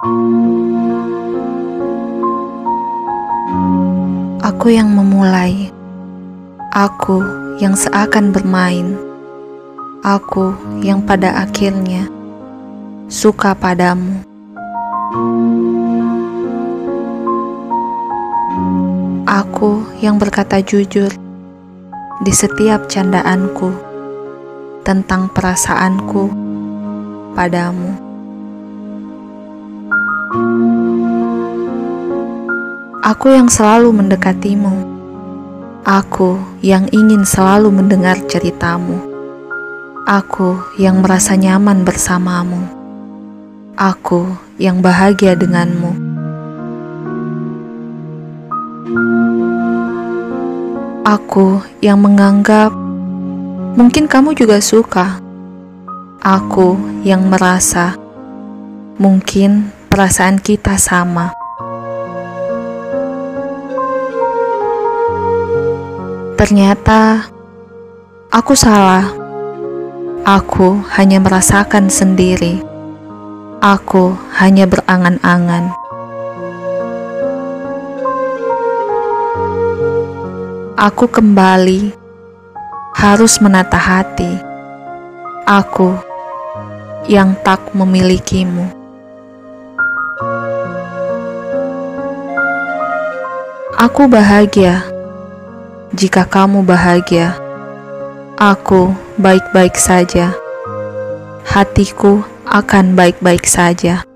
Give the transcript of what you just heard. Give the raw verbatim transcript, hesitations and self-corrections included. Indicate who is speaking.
Speaker 1: Aku yang memulai, aku yang seakan bermain, aku yang pada akhirnya suka padamu. Aku yang berkata jujur di setiap candaanku tentang perasaanku padamu. Aku yang selalu mendekatimu, aku yang ingin selalu mendengar ceritamu, aku yang merasa nyaman bersamamu, aku yang bahagia denganmu. Aku yang menganggap mungkin kamu juga suka. Aku yang merasa mungkin perasaan kita sama. Ternyata aku salah. Aku hanya merasakan sendiri. Aku hanya berangan-angan. Aku kembali harus menata hati. Aku yang tak memilikimu. Aku bahagia jika kamu bahagia. Aku baik-baik saja. Hatiku akan baik-baik saja.